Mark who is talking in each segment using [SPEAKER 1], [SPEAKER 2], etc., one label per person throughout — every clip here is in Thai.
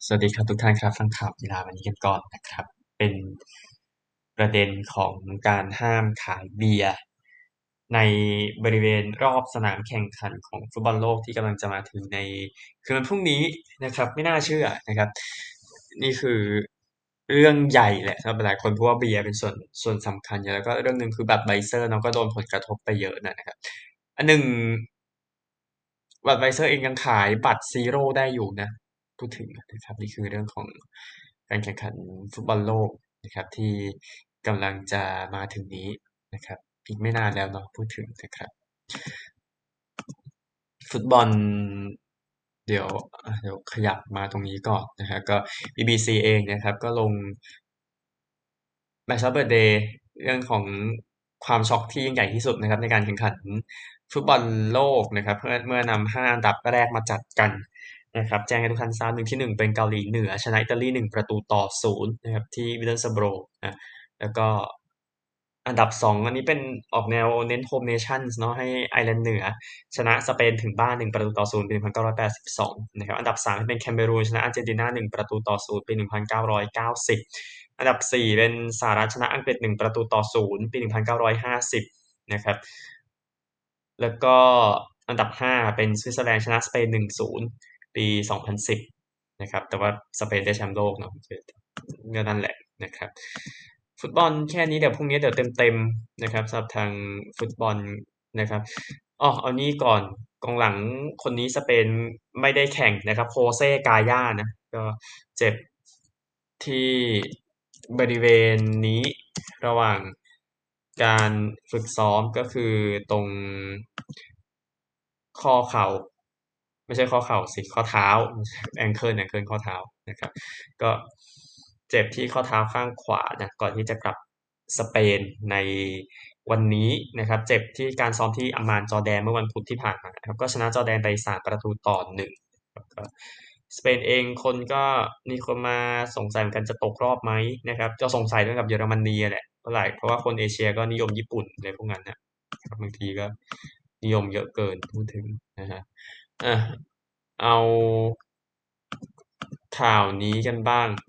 [SPEAKER 1] สวัสดีครับทุกท่านครับฟังข่าวกีฬาวันนี้กันก่อนนะครับเป็นประเด็นของการห้ามขายเบียร์ในบริเวณรอบสนามแข่งขันของฟุตบอลโลกที่กำลังจะมาถึงในคืนวันพรุ่งนี้นะครับไม่น่าเชื่อนะครับนี่คือเรื่องใหญ่แหละสำหรับหลายคนเพราะว่าเบียร์เป็นส่วนสำคัญอยู่แล้วก็เรื่องหนึ่งคือบัตรไบเซอร์เนาะก็โดนผลกระทบไปเยอะนะครับอันหนึ่งบัตรไบเซอร์เองยังขายบัตรซีโร่ได้อยู่นะ พูดถึงนะครับนี่คือเรื่องของการแข่งขันฟุตบอลโลกนะครับที่กำลังจะมาถึงนี้นะครับอีกไม่นานแล้วเนาะพูดถึงนะครับฟุตบอลเดี๋ยวขยับมาตรงนี้ก่อนนะฮะก็ BBC เองนะครับก็ลง Match of the Day เรื่องของความช็อกที่ยิ่งใหญ่ที่สุดนะครับในการแข่งขันฟุตบอลโลกนะครับเมื่อนำ5 อันดับแรกมาจัดกันนะครับแจ้งให้ทุกท่านทราบที่1เป็นเกาหลีเหนือชนะอิตาลี1-0นะครับที่มิดเดิลสโบรนะแล้วก็อันดับ2อันนี้เป็นออกแนวเน้นโฮมเนชั่นเนาะให้ไอร์แลนด์เหนือชนะสเปนถึงบ้าน1-0ปี1982นะครับอันดับ3เป็นแคเมรูนชนะอาร์เจนตินา1-0ปี1990อันดับ4เป็นสหรัฐชนะอังกฤษ1-0ปี1950นะครับแล้วก็อันดับ5เป็นสวิตเซอร์แลนด์ชนะสเปน1-0ปี2010นะครับแต่ว่าสเปนได้แชมป์โลกเนาะก็นั่นแหละนะครับฟุตบอลแค่นี้เดี๋ยวพรุ่งนี้เดี๋ยวเต็มๆนะครับสำหรับทางฟุตบอลนะครับเอานี้ก่อนกองหลังคนนี้สเปนไม่ได้แข่งนะครับโคเซกาย่านะก็เจ็บที่บริเวณนี้ระหว่างการฝึกซ้อมก็คือตรงข้อเข่าไม่ใช่ข้อเข่าสิข้อเท้าแองเคิลข้อเท้านะครับก็เจ็บที่ข้อเท้าข้างขวานะก่อนที่จะกลับสเปนในวันนี้นะครับเจ็บที่การซ้อมที่อัมมานจอร์แดนเมื่อวันพุธที่ผ่านมาครับก็ชนะจอร์แดนไป3-1ครับก็สเปนเองคนก็มีคนมาสงสัยเหมือนกันจะตกรอบไหมนะครับก็สงสัยด้วยกับเยอรมนีแหละเพราะว่าคนเอเชียก็นิยมญี่ปุ่นอะไรพวกนั้นนะครับบางทีก็นิยมเยอะเกินพูดถึงนะฮะอ่ะเอาข่าวนี้กันบ้าง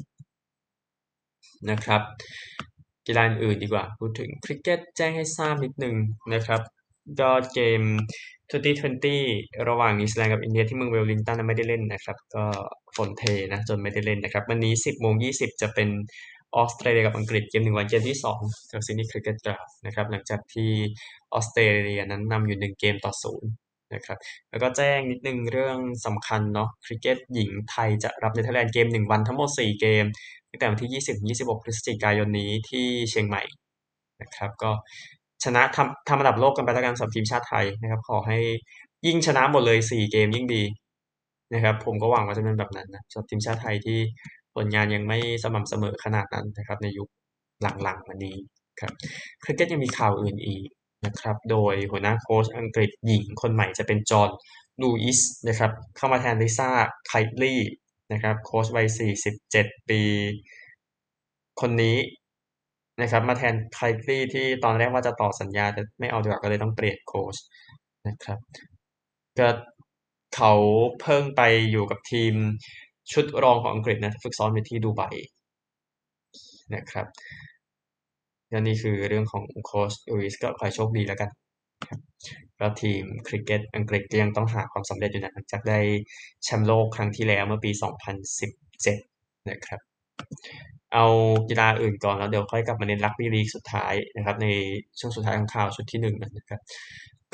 [SPEAKER 1] นะครับกีฬาอื่นดีกว่าพูดถึงคริกเก็ตแจ้งให้ทราบนิดนึงนะครับก็เกม2020ระหว่างนิวซีแลนด์กับอินเดียที่เมืองเวลลิงตันไม่ได้เล่นนะครับก็ฝนเทนะจนไม่ได้เล่นนะครับวันนี้10:20จะเป็นออสเตรเลียกับอังกฤษเกม1 วันเกมที่2จากซิดนีย์คริกเก็ตกราวด์นะครับหลังจากที่ออสเตรเลียนั้นนำอยู่1-0นะครับแล้วก็แจ้งนิดนึงเรื่องสำคัญเนาะคริกเก็ตหญิงไทยจะรับเนเธอร์แลนด์เกม1 วันทั้งหมด4เกม ตั้งแต่วันที่20-26พฤศจิกายนนี้ที่เชียงใหม่นะครับก็ชนะทำอันดับโลกกันไปแล้วกันสำหรับทีมชาติไทยนะครับขอให้ยิ่งชนะหมดเลย4เกมยิ่งดีนะครับผมก็หวังว่าจะเป็นแบบนั้นนะสำหรับทีมชาติไทยที่ผลงานยังไม่สม่ำเสมอขนาดนั้นนะครับในยุคหลังๆมานี้ครับคริกเก็ตยังมีข่าวอื่นอีกนะครับโดยหัวหน้าโค้ชอังกฤษหญิงคนใหม่จะเป็นจอห์นลูอิสนะครับเข้ามาแทนลิซ่าไคลลี่นะครับโค้ชวัย47ปีคนนี้นะครับมาแทนไคลลี่ที่ตอนแรกว่าจะต่อสัญญาแต่ไม่เอาดีกว่าก็เลยต้องเปลี่ยนโค้ชนะครับก็เขาเพิ่งไปอยู่กับทีมชุดรองของอังกฤษนะฝึกซ้อมอยู่ที่ดูไบนะครับและนี่คือเรื่องของโค้ชลูอิสก็ขอให้โชคดีแล้วกันครับก็ทีมคริกเก็ตอังกฤษก็ยังต้องหาความสำเร็จอยู่นะหลังจากได้แชมป์โลกครั้งที่แล้วเมื่อปี2017นะครับเอากีฬาอื่นก่อนแล้วเดี๋ยวค่อยกลับมาเน้นรักบี้ลีกสุดท้ายนะครับในช่วงสุดท้ายของข่าวชุดที่1นะครับก็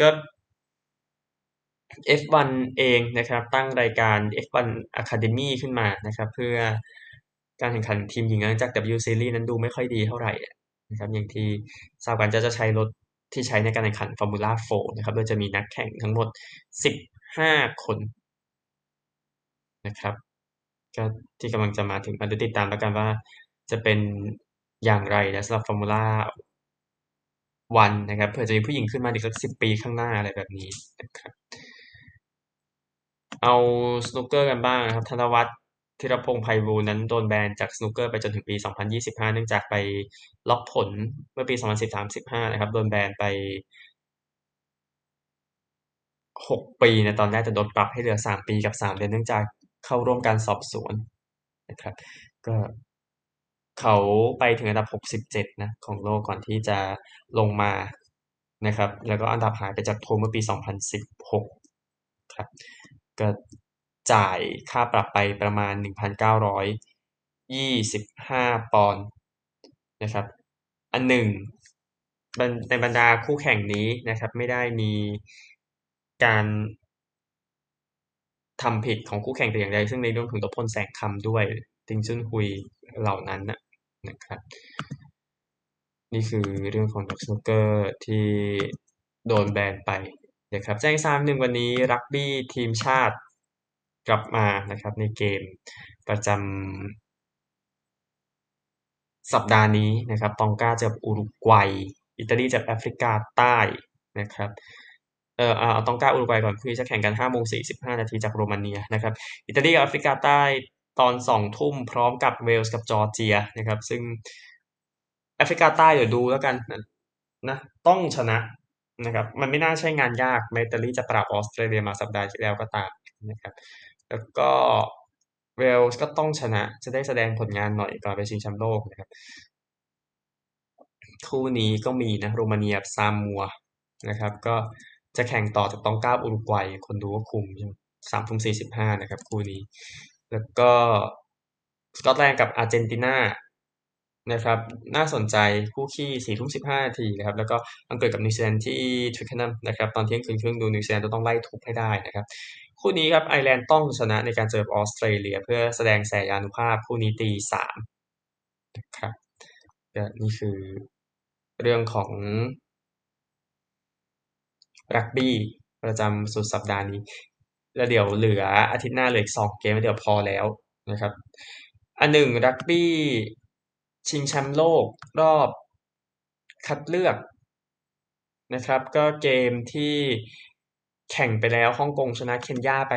[SPEAKER 1] F1 เองนะครับตั้งรายการ F1 Academy ขึ้นมานะครับเพื่อการแข่งขันทีมหญิงหลังจาก W Series นั้นดูไม่ค่อยดีเท่าไหร่นะครับอย่างที่ทราบกันจะใช้รถที่ใช้ในการแข่งขัน Formula 4นะครับโดยจะมีนักแข่งทั้งหมด15คนนะครับก็ที่กำลังจะมาถึงมาดูติดตามแล้วกันว่าจะเป็นอย่างไรนะสำหรับ Formula 1นะครับเผื่อจะมีผู้หญิงขึ้นมาอีกสัก10 ปีข้างหน้าอะไรแบบนี้นะครับ เอาสนุกเกอร์กันบ้างนะครับธนวัฒน์ธีรพงษ์ไพบูลย์นั้นโดนแบนจากสนุกเกอร์ไปจนถึงปี2025เนื่องจากไปล็อกผลเมื่อปี2013-15นะครับโดนแบนไป6 ปีในตอนแรกแต่โดนปรับให้เหลือ3 ปีกับ3 เดือนเนื่องจากเข้าร่วมการสอบสวนนะครับก็เขาไปถึงอันดับ67นะของโลกก่อนที่จะลงมานะครับแล้วก็อันดับหายไปจากโพลเมื่อปี2016ครับก็จ่ายค่าปรับไปประมาณ1,925ปอนด์นะครับอันหนึ่งในบรรดาคู่แข่งนี้นะครับไม่ได้มีการทำผิดของคู่แข่งแต่อย่างใดซึ่งในเรื่องถึงทบพลแสงคำด้วยติงจุนฮุยเหล่านั้นนะครับนี่คือเรื่องของนักสนุกเกอร์ที่โดนแบนไปนะครับแจ้งทราบหนึ่งวันนี้รักบี้ทีมชาติกลับมานะครับในเกมประจำสัปดาห์นี้นะครับตองกาเจอกับอุรุกวัยอิตาลีเจอกับแอฟริกาใต้นะครับเอาตองกาอุรุกวัยก่อนคือจะแข่งกัน5:45 นาทีจากโรมาเนียนะครับอิตาลีกับแอฟริกาใต้ตอน2 ทุ่มพร้อมกับเวลส์กับจอร์เจียนะครับซึ่งแอฟริกาใต้เดี๋ยวดูแล้วกันนะต้องชนะนะครับมันไม่น่าใช่งานยากแม้อิตาลีจะปราบออสเตรเลียมาสัปดาห์ที่แล้วก็ตามนะครับแล้วก็เวลส์ก็ต้องชนะจะได้แสดงผลงานหน่อยก่อนไปชิงแชมป์โลกนะครับคู่นี้ก็มีนะโรมาเนียกับซามัวนะครับก็จะแข่งต่อจากตองกาอุรุกวัยคนดูก็คุม3:45นะครับคู่นี้แล้วก็สกอตแลนด์กับอาร์เจนตินานะครับน่าสนใจคู่ขี้4:15 นาทีนะครับแล้วก็อังกฤษกับนิวซีแลนด์ที่ทวิกเกอร์แนมนะครับตอนเที่ยงคืนครึ่งดูนิวซีแลนด์จะต้องไล่ทุบให้ได้นะครับคู่นี้ครับไอร์แลนด์ต้องชนะในการเจอกับออสเตรเลียเพื่อแสดงแสยานุภาพคู่นี้ตี 3ครับก็นี่คือเรื่องของรักบี้ประจำสุดสัปดาห์นี้แล้วเดี๋ยวเหลืออาทิตย์หน้าเหลืออีก2 เกมแล้วเดี๋ยวพอแล้วนะครับอันหนึ่งรักบี้ชิงแชมป์โลกรอบคัดเลือกนะครับก็เกมที่แข่งไปแล้วฮ่องกงชนะเคนยาไป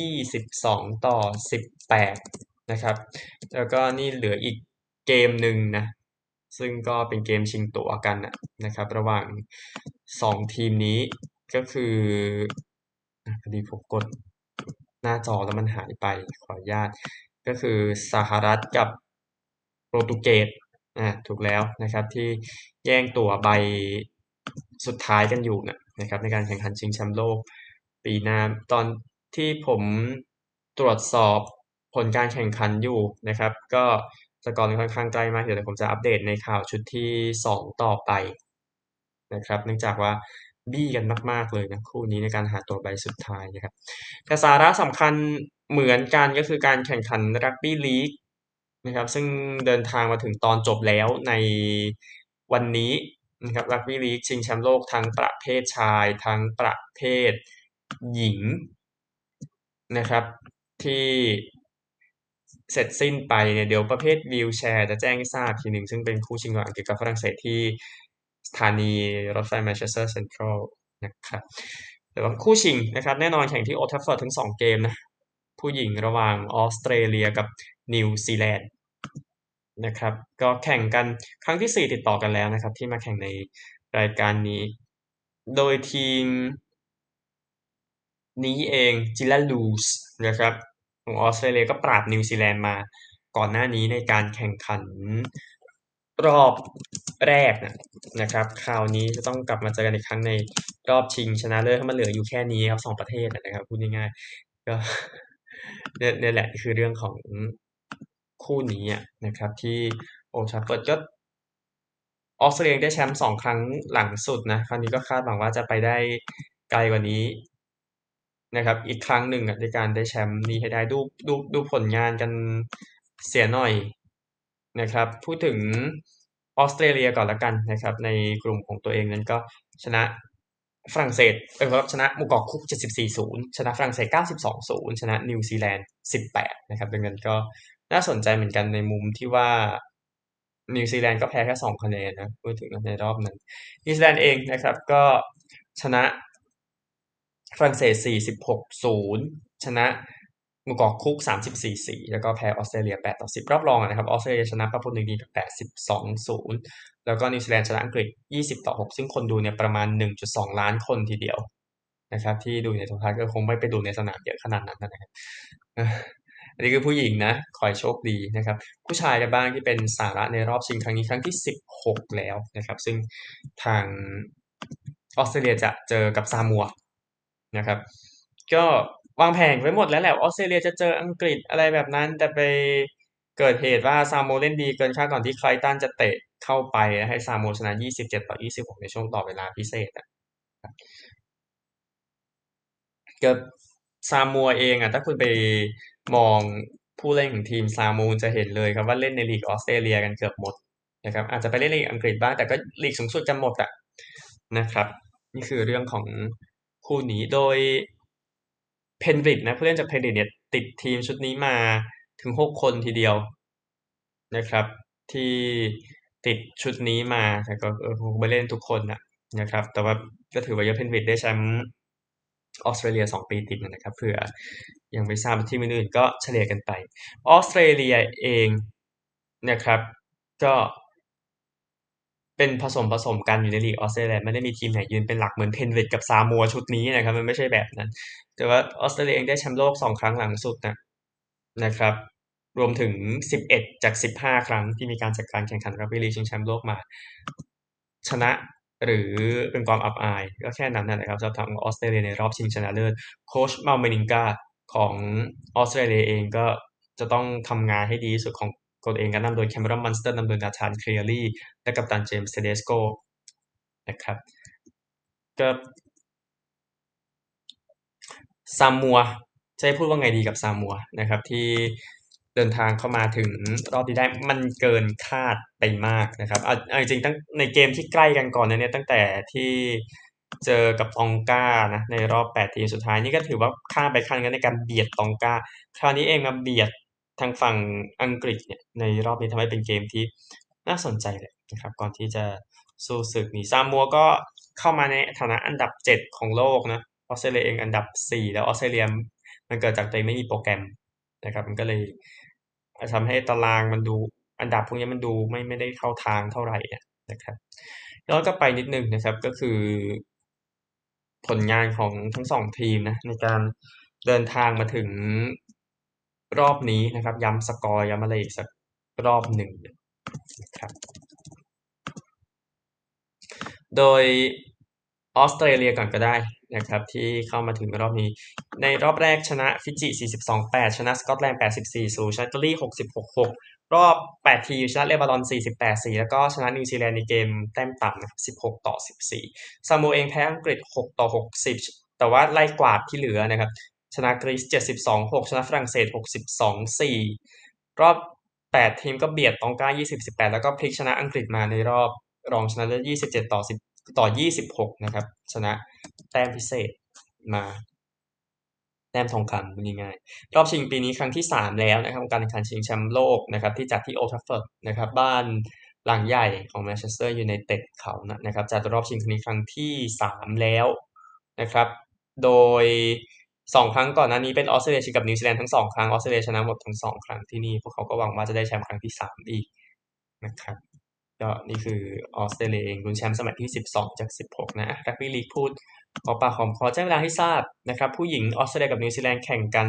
[SPEAKER 1] 22-18นะครับแล้วก็นี่เหลืออีกเกมหนึ่งนะซึ่งก็เป็นเกมชิงตั๋วกันนะครับระหว่าง2 ทีมนี้ก็คือพอดีผมกดหน้าจอแล้วมันหายไปขออนุญาตก็คือสหรัฐกับโปรตุเกสถูกแล้วนะครับที่แย่งตั๋วใบสุดท้ายกันอยู่นะครับในการแข่งขันชิงแชมป์โลกปีหน้าตอนที่ผมตรวจสอบผลการแข่งขันอยู่นะครับก็สกอร์ค่อนข้างใกล้มากเดี๋ยวผมจะอัปเดตในข่าวชุดที่2ต่อไปนะครับเนื่องจากว่าบี้กันมากๆเลยนะคู่นี้ในการหาตัวใบสุดท้ายนะครับแต่สาระสำคัญเหมือนกันก็คือการแข่งขันรักบี้ลีกนะครับซึ่งเดินทางมาถึงตอนจบแล้วในวันนี้นะครับรักบี้ลีกชิงแชมป์โลกทั้งประเภทชายทั้งประเภทหญิงนะครับที่เสร็จสิ้นไปเนี่ยเดี๋ยวประเภทวีลแชร์จะแจ้งให้ทราบทีหนึ่งซึ่งเป็นคู่ชิงระหว่างอังกฤษกับฝรั่งเศสที่สถานีรถไฟแมนเชสเตอร์เซ็นทรัลนะครับแต่ว่าคู่ชิงนะครับแน่นอนแข่งที่โอลด์แทัฟฟอร์ดทั้ง2 เกมนะผู้หญิงระหว่างออสเตรเลียกับนิวซีแลนด์นะครับก็แข่งกันครั้งที่4ติดต่อกันแล้วนะครับที่มาแข่งในรายการนี้โดยทีม นี้เองจิลลาลูสนะครับของออสเตรเลียก็ปราบนิวซีแลนด์มาก่อนหน้านี้ในการแข่งขันรอบแรกนะครับคราวนี้จะต้องกลับมาเจอกันอีกครั้งในรอบชิงชนะเลิศถ้ามันเหลืออยู่แค่นี้ครับ2 ประเทศนะครับพูดง่ายๆก็เนี่ยแหละคือเรื่องของคู่นี้นะครับที่โอลด์แทัฟฟอร์ดก็ออสเตรเลียได้แชมป์2 ครั้งหลังสุดนะคราวนี้ก็คาดหวังว่าจะไปได้ไกลกว่านี้ นะครับอีกครั้งหนึ่งในการได้แชมป์นี้ให้ได้ดูผลงานกันเสียหน่อยนะครับพูดถึงออสเตรเลียก่อนละกันนะครับในกลุ่มของตัวเองนั้นก็ชนะฝรั่งเศสครับชนะหมู่เกาะคุก74-0ชนะฝรั่งเศส92-0ชนะนิวซีแลนด์18นะครับดังนั้นก็น่าสนใจเหมือนกันในมุมที่ว่านิวซีแลนด์ก็แพ้แค่2 คะแนนนะพูดถึงในรอบนั้นนิวซีแลนด์เองนะครับก็ชนะ ฝรั่งเศส46-0ชนะหมู่เกาะคุก34-4แล้วก็แพ้ออสเตรเลีย8-10รอบรองนะครับออสเตรเลียชนะปาปัวนิวกินี82-0แล้วก็นิวซีแลนด์ชนะอังกฤษ20-6ซึ่งคนดูเนี่ยประมาณ1.2ล้านคนทีเดียวนะครับที่ดูในโทรทัศน์ก็คงไม่ไปดูในสนามเยอะขนาดนั้นนะครับอันนี้คือผู้หญิงนะขอให้โชคดีนะครับผู้ชายกันบ้างที่เป็นสาระในรอบชิงครั้งนี้ครั้งที่16แล้วนะครับซึ่งทางออสเตรเลียจะเจอกับซามัวนะครับก็วางแผนไว้หมดแล้วแหละออสเตรเลียจะเจออังกฤษอะไรแบบนั้นแต่ไปเกิดเหตุว่าซามัวเล่นดีเกินคาดก่อนที่ไคลตันจะเตะเข้าไปให้ซามัวชนะ27-26ในช่วงต่อเวลาพิเศษ ก็ซามัวเองอ่ะถ้าคุณไปมองผู้เล่นของทีมซามูนจะเห็นเลยครับว่าเล่นในลีกออสเตรเลียกันเกือบหมดนะครับอาจจะไปเล่นในลีกอังกฤษบ้างแต่ก็ลีกสูงสุดกันหมดอ่ะนะครับนี่คือเรื่องของคู่นี้โดยเพนริดนะผู้เล่นจากเพนริดเนี่ยติดทีมชุดนี้มาถึง6 คนทีเดียวนะครับที่ติดชุดนี้มาแต่ก็คงไม่เล่นทุกคนนะครับแต่ว่าก็ถือว่าเยอะเพนริดได้แชมป์ ออสเตรเลีย2 ปีติดนะครับเผื่อยังไม่ทราบที่อื่นๆก็เฉลี่ยกันไปออสเตรเลียเองนะครับก็เป็นผสมกันอยู่ในลีกออสเตรเลียไม่ได้มีทีมไหนยืนเป็นหลักเหมือนเพนวิดกับซามัวชุดนี้นะครับมันไม่ใช่แบบนั้นแต่ว่าออสเตรเลียเองได้แชมป์โลก2 ครั้งหลังสุดนะครับรวมถึง11จาก15ครั้งที่มีการจัดการแข่งขันรักบี้ลีกชิงแชมป์โลกมา ชนะหรือเป็นความอับอายก็แค่นั้นนะครับสำหรับทางออสเตรเลียในรอบชิงชนะเลิศโค้ชมาเมนิงกาของออสเตรเลียเองก็จะต้องทำงานให้ดีที่สุดของตัวเองกันนำโดยแคม e รอนมันสเตอร์นำโดยนาธานเคลียรี่และกัปตันเจมส์เทเดสโกนะครับก็ซามัวจะให้พูดว่าไงดีกับซามัวนะครับที่เดินทางเข้ามาถึงรอบนี้ได้มันเกินคาดไปมากนะครับเอาจริงๆตั้งในเกมที่ใกล้กันก่อนนั้นเนี่ยตั้งแต่ที่เจอกับตองกานะในรอบ8 ทีมสุดท้ายนี่ก็ถือว่าข้ามไปขั้นกันในการเบียดตองกาคราวนี้เองมาเบียดทางฝั่งอังกฤษเนี่ยในรอบนี้ทำให้เป็นเกมที่น่าสนใจเลยนะครับก่อนที่จะสู้ศึกนี้ซามัวก็เข้ามาในฐานะอันดับ7ของโลกนะ ออสเตรเลียเองอันดับ4แล้วออสเตรเลียมันเกิดจากตัวเองไม่มีโปรแกรมนะครับมันก็เลยทำให้ตารางมันดูอันดับพวกนี้มันดูไม่ได้เข้าทางเท่าไหร่นะครับย้อนกลับไปนิดนึงนะครับก็คือผลงานของทั้ง2 ทีมนะในการเดินทางมาถึงรอบนี้นะครับย้ำสกอร์ย้ำอะไรอีกสักรอบหนึ่งนะครับ โดยออสเตรเลียก่อนก็ได้นะครับที่เข้ามาถึงรอบนี้ในรอบแรกชนะฟิจิ42-8ชนะสกอตแลนด์84-0ชนะอิตาลี66-6รอบ8ทีมชนะเลบานอน48-4แล้วก็ชนะนิวซีแลนด์ในเกมแต้มต่ำนะครับ16-14ซามัวเองแพ้อังกฤษ6-6 10แต่ว่าไล่กวาดที่เหลือนะครับชนะกรีซ72-6ชนะฝรั่งเศส62-4รอบ8 ทีมก็เบียดตองก้า20-18แล้วก็พลิกชนะอังกฤษมาในรอบรองชนะเลิศ27-26นะครับชนะแต้มพิเศษมาแต้มทองคำพูดง่ายๆรอบชิงปีนี้ครั้งที่3แล้วนะครับของการแข่งขันชิงแชมป์โลกนะครับที่จัดที่โอลด์แทราฟฟอร์ดนะครับบ้านหลังใหญ่ของแมนเชสเตอร์ยูไนเต็ดเขานะครับจัดรอบชิงครั้งนี้ครั้งที่3แล้วนะครับโดย2 ครั้งก่อนหน้านี้เป็นออสเตรเลียชิงกับนิวซีแลนด์ทั้ง2 ครั้งออสเตรเลียชนะหมดทั้ง2 ครั้งที่นี่พวกเขาก็หวังว่าจะได้แชมป์ครั้งที่3อีกนะครับ ก็นี่คือออสเตรเลียเองลุ้นแชมป์สมัยที่12จาก16นะรักบี้ลีกพูดขอปากหอมคอแจ้งเวลาให้ทราบนะครับผู้หญิงออสเตรเลียกับนิวซีแลนด์แข่งกัน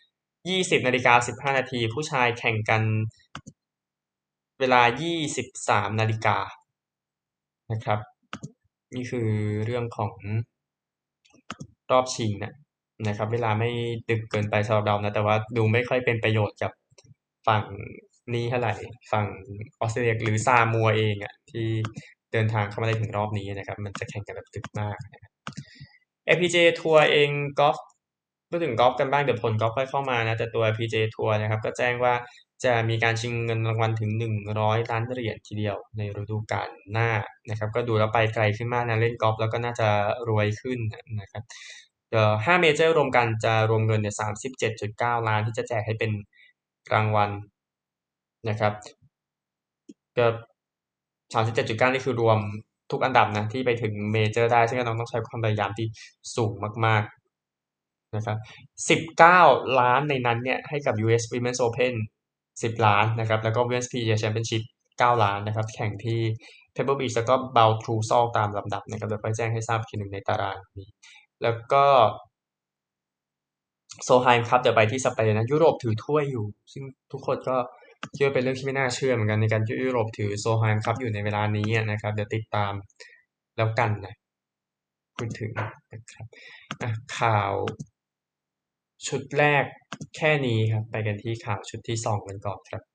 [SPEAKER 1] 20:15ผู้ชายแข่งกันเวลา23:00นะครับนี่คือเรื่องของรอบชิงนะครับเวลาไม่ดึกเกินไปสำหรับเรานะแต่ว่าดูไม่ค่อยเป็นประโยชน์กับฝั่งนี้เท่าไหร่ฝั่งออสเตรเลียหรือซามัวเองที่เดินทางเข้ามาได้ถึงรอบนี้นะครับมันจะแข่งกันแบบดึกมากนะครับ LPGA ทัวร์เองกอล์ฟพูดถึงกอล์ฟกันบ้างเดี๋ยวผลกอล์ฟค่อยเข้ามานะแต่ตัว LPGA ทัวร์นะครับก็แจ้งว่าจะมีการชิงเงินรางวัลถึง100 ล้านเหรียญทีเดียวในฤดูกาลหน้านะครับก็ดูแล้วไปไกลขึ้นมากนะเล่นกอล์ฟแล้วก็น่าจะรวยขึ้นนะครับ5เมเจอร์รวมกันจะรวมเงินเนี่ย37.9 ล้านที่จะแจกให้เป็นรางวัลนะครับก็37.9นี่คือรวมทุกอันดับนะที่ไปถึงเมเจอร์ได้ซึ่งก็ต้องใช้ความพยายามที่สูงมากๆนะครับ19 ล้านในนั้นเนี่ยให้กับ US Women's Open 10 ล้านนะครับแล้วก็ Women's PGA Championship 9 ล้านนะครับแข่งที่ Pebble Beach แล้วก็ Baltusrol ตามลำดับนะครับเดี๋ยวค่อยแจ้งให้ทราบอีกทีหนึ่งในตารางนี้แล้วก็โซไฮม์ครับเดี๋ยวไปที่สเปนนะยุโรปถือถ้วยอยู่ซึ่งทุกคนก็คิดว่าเป็นเรื่องที่ไม่น่าเชื่อเหมือนกันในการที่ยุโรปถือโซไฮม์ครับอยู่ในเวลานี้นะครับเดี๋ยวติดตามแล้วกันนะพูดถึงนะครับข่าวชุดแรกแค่นี้ครับไปกันที่ข่าวชุดที่สองกันก่อนครับ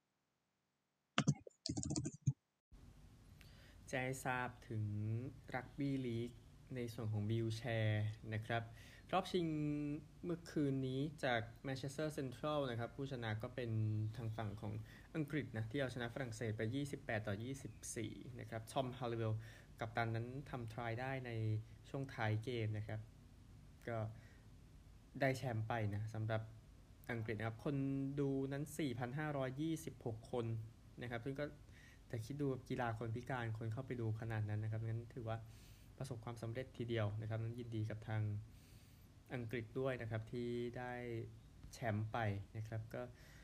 [SPEAKER 2] แจ้งให้ทราบถึงรักบี้ลีกในส่วนของวิวแชร์นะครับรอบชิงเมื่อคืนนี้จากแมนเชสเตอร์เซ็นทรัลนะครับผู้ชนะก็เป็นทางฝั่งของอังกฤษนะที่เอาชนะฝรั่งเศสไป28-24นะครับทอมฮาร์เวลกัปตันนั้นทำทรายได้ในช่วงท้ายเกมนะครับก็ได้แชมป์ไปนะสำหรับอังกฤษนะครับคนดูนั้น 4,526 คนนะครับซึ่งก็ แต่คิดดูกีฬาคนพิการคนเข้าไปดูขนาดนั้นนะครับงั้นถือว่าประสบความสำเร็จทีเดียวนะครับนั้นยินดีกับทางอังกฤษด้วยนะครับที่ได้แชมป์ไปนะครับก็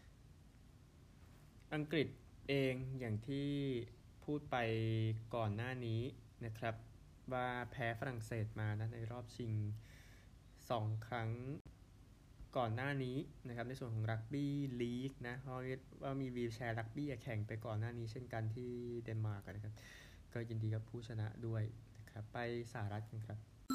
[SPEAKER 2] อังกฤษเองอย่างที่พูดไปก่อนหน้านี้นะครับว่าแพ้ฝรั่งเศสมานะในรอบชิง2 ครั้งก่อนหน้านี้นะครับในส่วนของรักบี้ลีกนะเพราะว่ามีวีลแชร์รักบี้แข่งไปก่อนหน้านี้เช่นกันที่เดนมาร์กนะครับ ก็ยินดีกับผู้ชนะด้วยนะครับไปสหรัฐกันครับ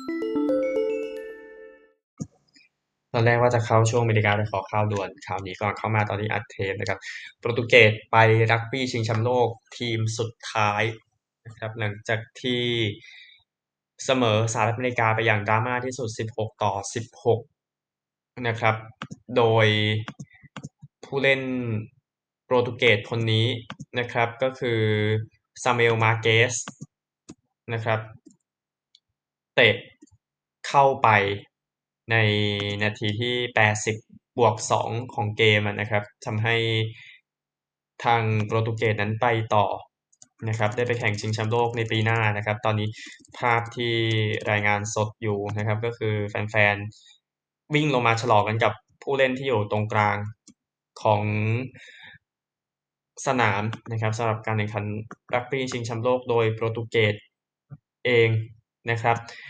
[SPEAKER 1] ตอนแรกว่าจะเข้าช่วงอเมริกาแต่ขอข่าวด่วนข่าวนี้ก่อนเข้ามาตอนนี้อัดเทปนะครับโปรตุเกสไปรักบี้ชิงแชมป์โลกทีมสุดท้ายนะครับหลังจากที่เสมอสหรัฐอเมริกาไปอย่างดราม่าที่สุด16-16นะครับโดยผู้เล่นโปรตุเกสคนนี้นะครับก็คือซามูเอลมาเกสนะครับ เตะเข้าไปในนาทีที่80+2ของเกมนะครับทำให้ทางโปรตุเกสนั้นไปต่อนะครับได้ไปแข่งชิงแชมป์โลกในปีหน้านะครับตอนนี้ภาพที่รายงานสดอยู่นะครับก็คือแฟนๆวิ่งลงมาฉลองกันกับผู้เล่นที่อยู่ตรงกลางของสนามนะครับสำหรับการแข่งขันรักบี้ชิงแชมป์โลกโดยโปรตุเกสเองนะครับ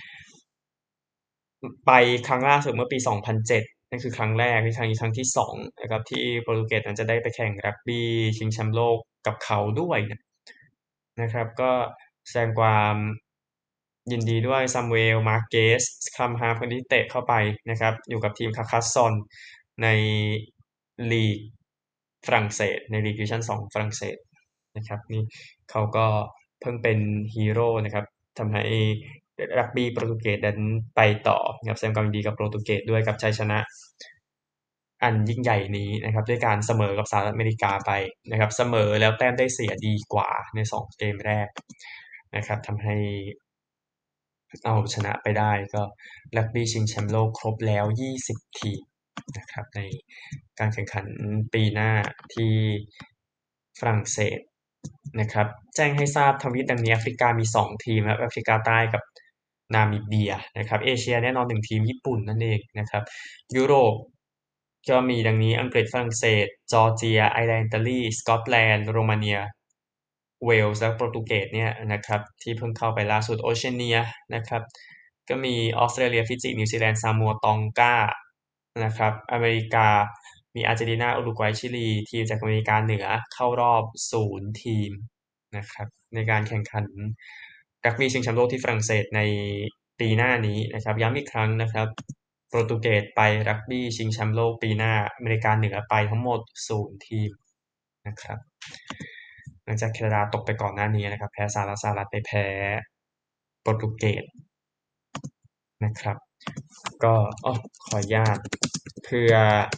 [SPEAKER 1] ไปครั้งล่าสุดเมื่อปี2007นั่นคือครั้งแรกนี่ครั้งนี้ครั้งที่2นะครับที่โปรตุเกสนั้นจะได้ไปแข่งรักบี้ชิงแชมป์โลกกับเขาด้วยนะครับก็แสดงความยินดีด้วยซามูเอลมาร์เกสคัมฮาคนที่เตะเข้าไปนะครับอยู่กับทีมคาคัสซอนในลีกฝรั่งเศสในลีกดิวิชั่น2ฝรั่งเศสนะครับนี่เขาก็เพิ่งเป็นฮีโร่นะครับทำให้ รักบี้โปรตุเกสนั้นไปต่อนะครับแสดงความยินดีกับโปรตุเกสด้วยกับชัยชนะอันยิ่งใหญ่นี้นะครับด้วยการเสมอกับสหรัฐอเมริกาไปนะครับเสมอแล้วแต้มได้เสียดีกว่าใน2เกมแรกนะครับทำให้เอาชนะไปได้ก็รักบี้ชิงแชมป์โลกครบแล้ว20ทีมนะครับในการแข่งขันปีหน้าที่ฝรั่งเศสนะครับแจ้งให้ทราบทวีปดังนี้แอฟริกามี2ทีมครับแอฟริกาใต้กับนามิเบียนะครับเอเชียแน่นอน1ทีมญี่ปุ่นนั่นเองนะครับยุโรปก็มีดังนี้อังกฤษฝรั่งเศสจอร์เจียไอร์แลนด์อิตาลีสกอตแลนด์โรมาเนียเวลส์และโปรตุเกสเนี่ยนะครับที่เพิ่งเข้าไปล่าสุดโอเชียเนียนะครับก็มีออสเตรเลียฟิจินิวซีแลนด์ซามัวตองกานะครับอเมริกามีอาร์เจนตินาอุรุกวัยชิลีทีมจากอเมริกาเหนือเข้ารอบ0ทีมนะครับในการแข่งขันรักบี้ชิงแชมป์โลกที่ฝรั่งเศสในปีหน้านี้นะครับย้ำอีกครั้งนะครับโปรตุเกสไปรักบี้ชิงแชมป์โลกปีหน้าอเมริกาเหนือไปทั้งหมด0ทีมนะครับหลังจากแคนาดาตกไปก่อนหน้านี้นะครับแพ้สหรัฐไปแพ้โปรตุเกสนะครับก็ขออนุญาตเพื่อ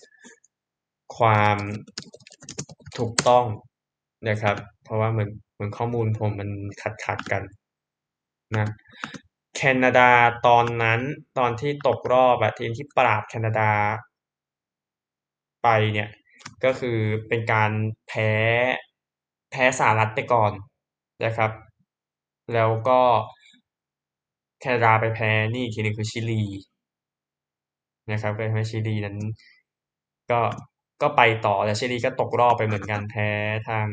[SPEAKER 1] ความถูกต้องนะครับเพราะว่าเหมือนข้อมูลผมมันขัดกันนะแคนาดาตอนนั้นตอนที่ตกรอบทีมที่ปราบแคนาดาไปเนี่ยก็คือเป็นการแพ้สหรัฐไปก่อนนะครับแล้วก็แคนาดาไปแพ้นี่อีกทีหนึ่งคือชิลีนะครับก็ทำให้ชิลีนั้นก็ก็ไปต่อแต่ชิลีก็ตกรอบไปเหมือนกันแพ้ทาง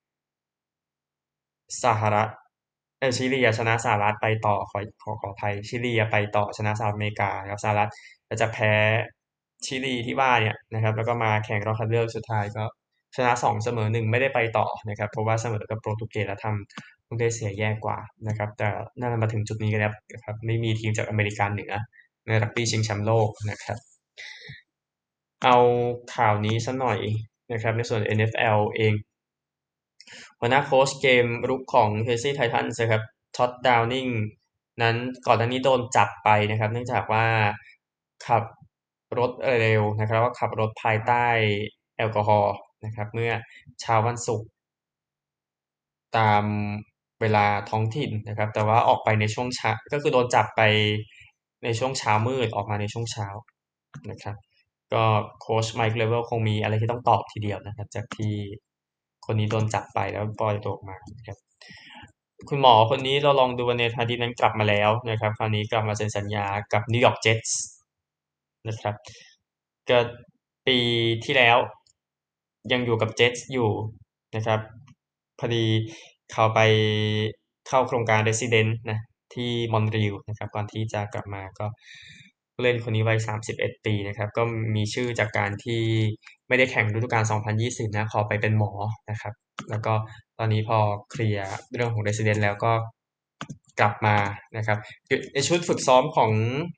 [SPEAKER 1] สหรัฐชิลีชนะสหรัฐไปต่อขออภัยชิลีไปต่อชนะสหรัฐอเมริกาครับสหรัฐก็จะแพ้ชิลีที่ว่าเนี่ยนะครับแล้วก็มาแข่งรอบคัดเลือกสุดท้ายก็ชนะ2เสมอ1ไม่ได้ไปต่อนะครับเพราะว่าเสมอกับโปรตุเกสแล้วทำลูกได้เสียแย่กว่านะครับแต่น่าจะมาถึงจุดนี้กันแล้วนะครับไม่มีทีมจากอเมริกาเหนือในรักบี้ชิงแชมป์โลกนะครับเอาข่าวนี้สักหน่อยนะครับในส่วน NFL เองหัวหน้าโค้ชเกมรุกของ Tennessee Titans นะครับท็อดดาวนิงนั้นก่อนหน้านี้โดนจับไปนะครับเนื่องจากว่าขับรถเร็วนะครับว่าขับรถภายใต้แอลกอฮอล์นะครับเมื่อเช้าวันศุกร์ตามเวลาท้องถิ่นนะครับแต่ว่าออกไปในช่วงเช้าก็คือโดนจับไปในช่วงเช้ามืดออกมาในช่วงเช้านะครับก็โค้ชไมค์เลเวลคงมีอะไรที่ต้องตอบทีเดียวนะครับจากที่คนนี้โดนจับไปแล้วปล่อยตัวออกมานะครับคุณหมอคนนี้เราลองดูวันเนธาทิตนั้นกลับมาแล้วนะครับคราวนี้กลับมาเซ็นสัญญากับนิวยอร์กเจ็ตส์นะครับก็ปีที่แล้วยังอยู่กับเจ็ตส์อยู่นะครับพอดีเขาไปเข้าโครงการ Resident นะที่มอนทรีออลนะครับก่อนที่จะกลับมาก็เล่นคนนี้วัย31ปีนะครับก็มีชื่อจากการที่ไม่ได้แข่งฤดูกาล2020นะขอไปเป็นหมอนะครับแล้วก็ตอนนี้พอเคลียร์เรื่องของ Resident แล้วก็กลับมานะครับในชุดฝึกซ้อมของ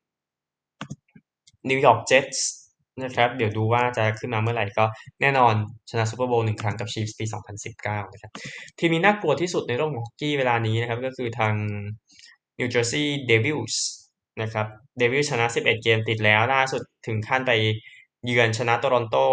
[SPEAKER 1] นิวยอร์กเจ็ตส์นะครับเดี๋ยวดูว่าจะขึ้นมาเมื่อไหร่ก็แน่นอนชนะซูเปอร์โบว์1ครั้งกับชีฟส์ปี2019นะครับทีมนี้น่ากลัวที่สุดในโลกของฮอกกี้เวลานี้นะครับก็คือทางนิวเจอร์ซีย์เดวิลส์นะครับเดวิลส์ชนะ11เกมติดแล้วล่าสุดถึงขั้นไปเยือนชนะโตรอนโต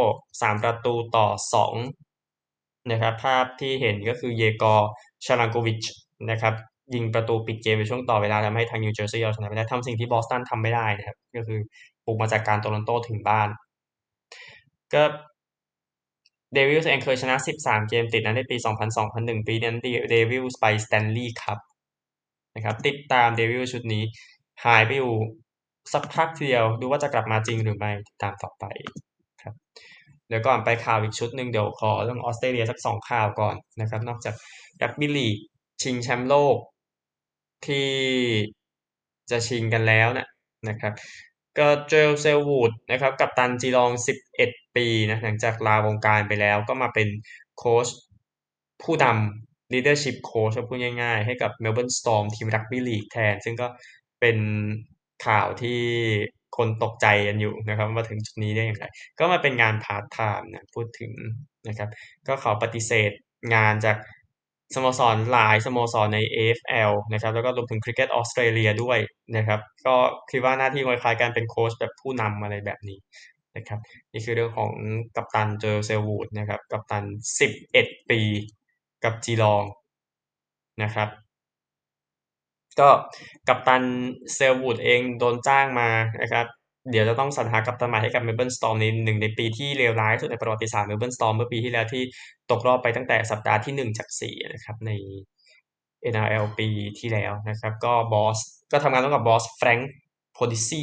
[SPEAKER 1] 3-2นะครับภาพที่เห็นก็คือเยกอร์ชาลังโกวิชนะครับยิงประตูปิดเกมในช่วงต่อเวลาทำให้ทางนิวเจอร์ซีย์เอาชนะไปได้ทำสิ่งที่บอสตันทำไม่ได้นะครับก็คือบุกมาจากการโตรอนโตถึงบ้านก็เดวิลส์เองเคยชนะ13เกมติดนะในปี2001ปีนั้นเดวิลส์ไปสแตนลีย์คัพนะครับติดตามเดวิลส์ชุดนี้หายไปอยู่สักพักเดียวดูว่าจะกลับมาจริงหรือไม่ติดตามต่อไปครับเดี๋ยวก่อนไปข่าวอีกชุดหนึ่งเดี๋ยวขอเรื่องออสเตรเลียสัก2ข่าวก่อนนะครับนอกจากรักบี้ลีกชิงแชมป์โลกที่จะชิงกันแล้วนะครับก็เจลเซลวูดนะครับกัปตันจีลอง11ปีนะหลังจากลาวงการไปแล้วก็มาเป็นโค้ชผู้นำ leadership coach พูดง่ายๆให้กับ Melbourne Storm ทีมรักบี้ลีกแทนซึ่งก็เป็นข่าวที่คนตกใจกันอยู่นะครับว่าถึงจุดนี้ได้อย่างไรก็มาเป็นงานพาร์ทไทม์นะพูดถึงนะครับก็เขาปฏิเสธงานจากสโมสรหลายสโมสรใน AFL นะครับแล้วก็รวมถึงคริกเก็ตออสเตรเลียด้วยนะครับก็คิดว่าหน้าที่คล้ายๆการเป็นโค้ชแบบผู้นำอะไรแบบนี้นะครับนี่คือเรื่องของกัปตันเจอเซลวูดนะครับกัปตัน11ปีกับจีลองนะครับ ก็กัปตันเซลวูดเองโดนจ้างมานะครับเดี๋ยวจะต้องสรรหากัปตันใหม่ให้กับเมลเบิร์นสตอร์มในหนึ่งในปีที่เลวร้ายที่สุดในประวัติศาสตร์เมลเบิร์นสตอร์มเมื่อปีที่แล้วที่ตกรอบไปตั้งแต่สัปดาห์ที่1จาก4นะครับใน NRL ปีที่แล้วนะครับก็บอสก็ทำงานร่วมกับบอสแฟรงค์โพดิซี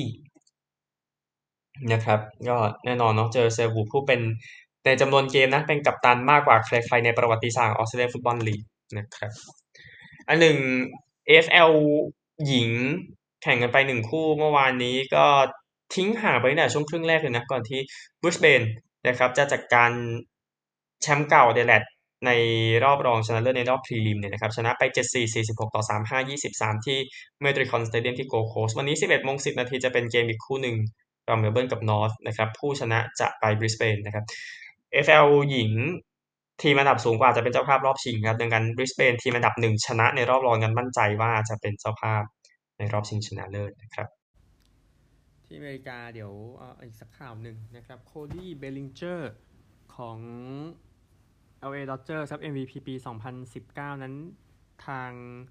[SPEAKER 1] นะครับก็แน่นอนเนาะเจอเซลวูดผู้เป็นในจำนวนเกมนะเป็นกัปตันมากกว่าใครๆในประวัติศาสตร์ออสเตรเลียฟุตบอลลีกนะครับ อันหนึ่ง AFL หญิงแข่งกันไป1คู่เมื่อวานนี้ก็ทิ้งห่างไปตั้งแต่ช่วงครึ่งแรกเลยนะก่อนที่ Brisbane นะครับจะจัดการแชมป์เก่า Adelaide ในรอบรองชนะเลิศในรอบพรีลิมเนี่ยนะครับชนะไป7-4 46ต่อ3-5 23ที่ Metricon Stadium ที่ Gold Coast วันนี้ 11:10 นจะเป็นเกมอีกคู่หนึ่งระหว่างเมลเบิร์นกับนอร์ทนะครับผู้ชนะจะไป Brisbane นะครับ AFL หญิงทีมอันดับสูงกว่าจะเป็นเจ้าภาพรอบชิงครับดังนั้น Brisbane ทีมอันดับ1ชนะในรอบรองกันมั่นใจว่าจะเป็นเจ้าภาพในรอบชิงชนะเลิศนะครับ
[SPEAKER 2] ที่อเมริกาเดี๋ยวอีกสักข่าวหนึ่งนะครับโคดี้เบลลิงเจอร์ของ LA Dodgers ครับ MVP ปี2019นั้นทาง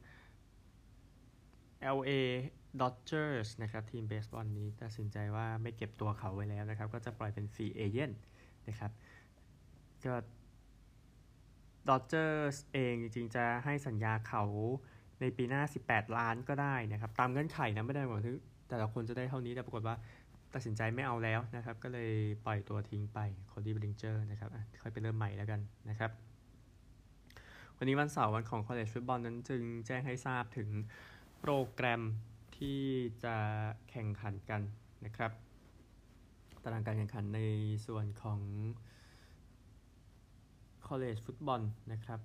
[SPEAKER 2] LA Dodgers นะครับทีมเบสบอลนี้ตัดสินใจว่าไม่เก็บตัวเขาไว้แล้วนะครับก็จะปล่อยเป็นฟรีเอเจนต์นะครับก็ Dodgers เองจริงๆจะให้สัญญาเขาในปีหน้า18ล้านก็ได้นะครับตามเงื่อนไขนะไม่ได้หมายถึงแต่ละคนจะได้เท่านี้แต่ปรากฏว่าตัดสินใจไม่เอาแล้วนะครับก็เลยปล่อยตัวทิ้งไปโคดี้เบลลิงเจอร์นะครับค่อยไปเริ่มใหม่แล้วกันนะครับวันนี้วันเสาร์วันของ College Football นั้นจึงแจ้งให้ทราบถึงโปรแกรมที่จะแข่งขันกันนะครับตารางการแข่งขันในส่วนของ college ฟุตบอลนะครับ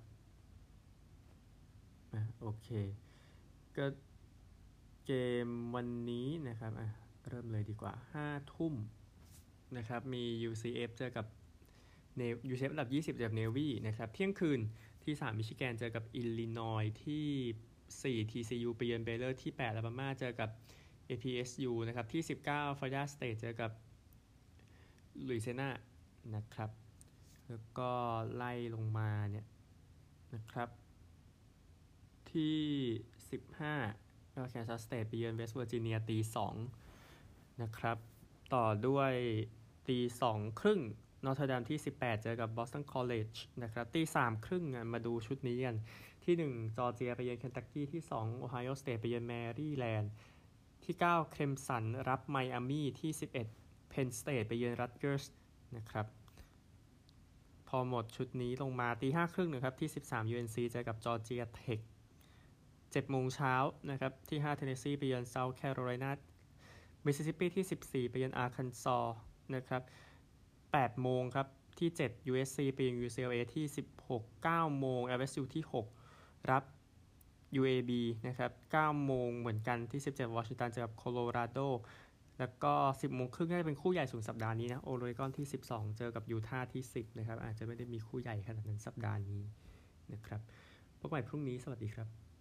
[SPEAKER 2] โอเคก็เกมวันนี้นะครับเริ่มเลยดีกว่า5 ทุ่มนะครับมี UCF เจอกับUCF อันดับ20เจอกับ Navy นะครับเที่ยงคืนที่3มิชิแกนเจอกับอิลลินอยที่4 TCU ไปเยือนเบเลอร์ที่8อลาบามาเจอกับ APSU นะครับที่19 Florida State เจอกับลุยเซียนานะครับแล้วก็ไล่ลงมาเนี่ยนะครับที่15ก็แคนซัสสเตทไปเยือนเวสต์เวอร์จิเนียตี2นะครับต่อด้วยตี2:30นอร์ทเทอร์ดัมที่18เจอกับบอสตันคอลเลจนะครับตี3:30มาดูชุดนี้กันที่1จอร์เจียไปเยือนเคนตักกี้ที่2โอไฮโอสเตทไปเยือนแมรีแลนด์ที่9เคลมสันรับไมอามี่ที่11เพนสเตทไปเยือนรัตเกอร์สนะครับพอหมดชุดนี้ลงมาตี5:30นะครับที่13 UNC เจอกับจอร์เจียเทค7 โมงเช้านะครับที่5 Tennessee ไปเยือน South Carolina Mississippi ที่14ไปเยือน Arkansas นะครับ8 โมงครับที่7 USC ไปเยือน UCLA ที่16 9 โมง LSU ที่6รับ UAB นะครับ9 โมงเหมือนกันที่17 Washington เจอกับ Colorado แล้วก็10 โมงครึ่งน่าจะเป็นคู่ใหญ่สุดสัปดาห์นี้นะโอเรกอนที่12เจอกับยูทาห์ที่10นะครับอาจจะไม่ได้มีคู่ใหญ่ขนาดนั้นสัปดาห์นี้นะครับพบกันใหม่พรุ่งนี้สวัสดีครับ